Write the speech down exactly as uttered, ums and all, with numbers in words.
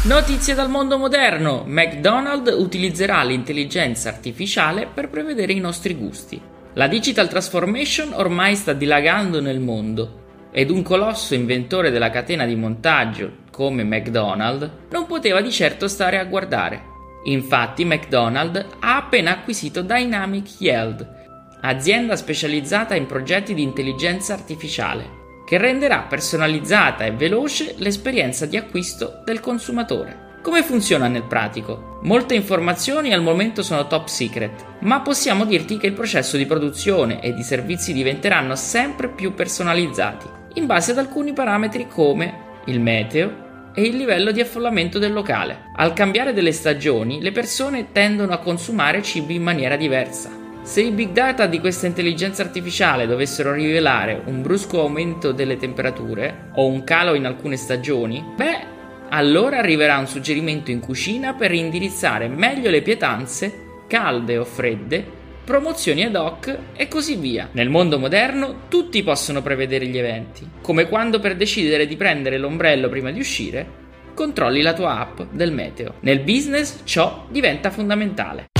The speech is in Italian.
Notizie dal mondo moderno. McDonald's utilizzerà l'intelligenza artificiale per prevedere i nostri gusti. La digital transformation ormai sta dilagando nel mondo ed un colosso inventore della catena di montaggio come McDonald's non poteva di certo stare a guardare. Infatti McDonald's ha appena acquisito Dynamic Yield, azienda specializzata in progetti di intelligenza artificiale, che renderà personalizzata e veloce l'esperienza di acquisto del consumatore. Come funziona nel pratico? Molte informazioni al momento sono top secret, ma possiamo dirti che il processo di produzione e di servizi diventeranno sempre più personalizzati, in base ad alcuni parametri come il meteo e il livello di affollamento del locale. Al cambiare delle stagioni, le persone tendono a consumare cibi in maniera diversa. Se i big data di questa intelligenza artificiale dovessero rivelare un brusco aumento delle temperature o un calo in alcune stagioni, beh, allora arriverà un suggerimento in cucina per indirizzare meglio le pietanze, calde o fredde, promozioni ad hoc e così via. Nel mondo moderno tutti possono prevedere gli eventi, come quando per decidere di prendere l'ombrello prima di uscire, controlli la tua app del meteo. Nel business ciò diventa fondamentale.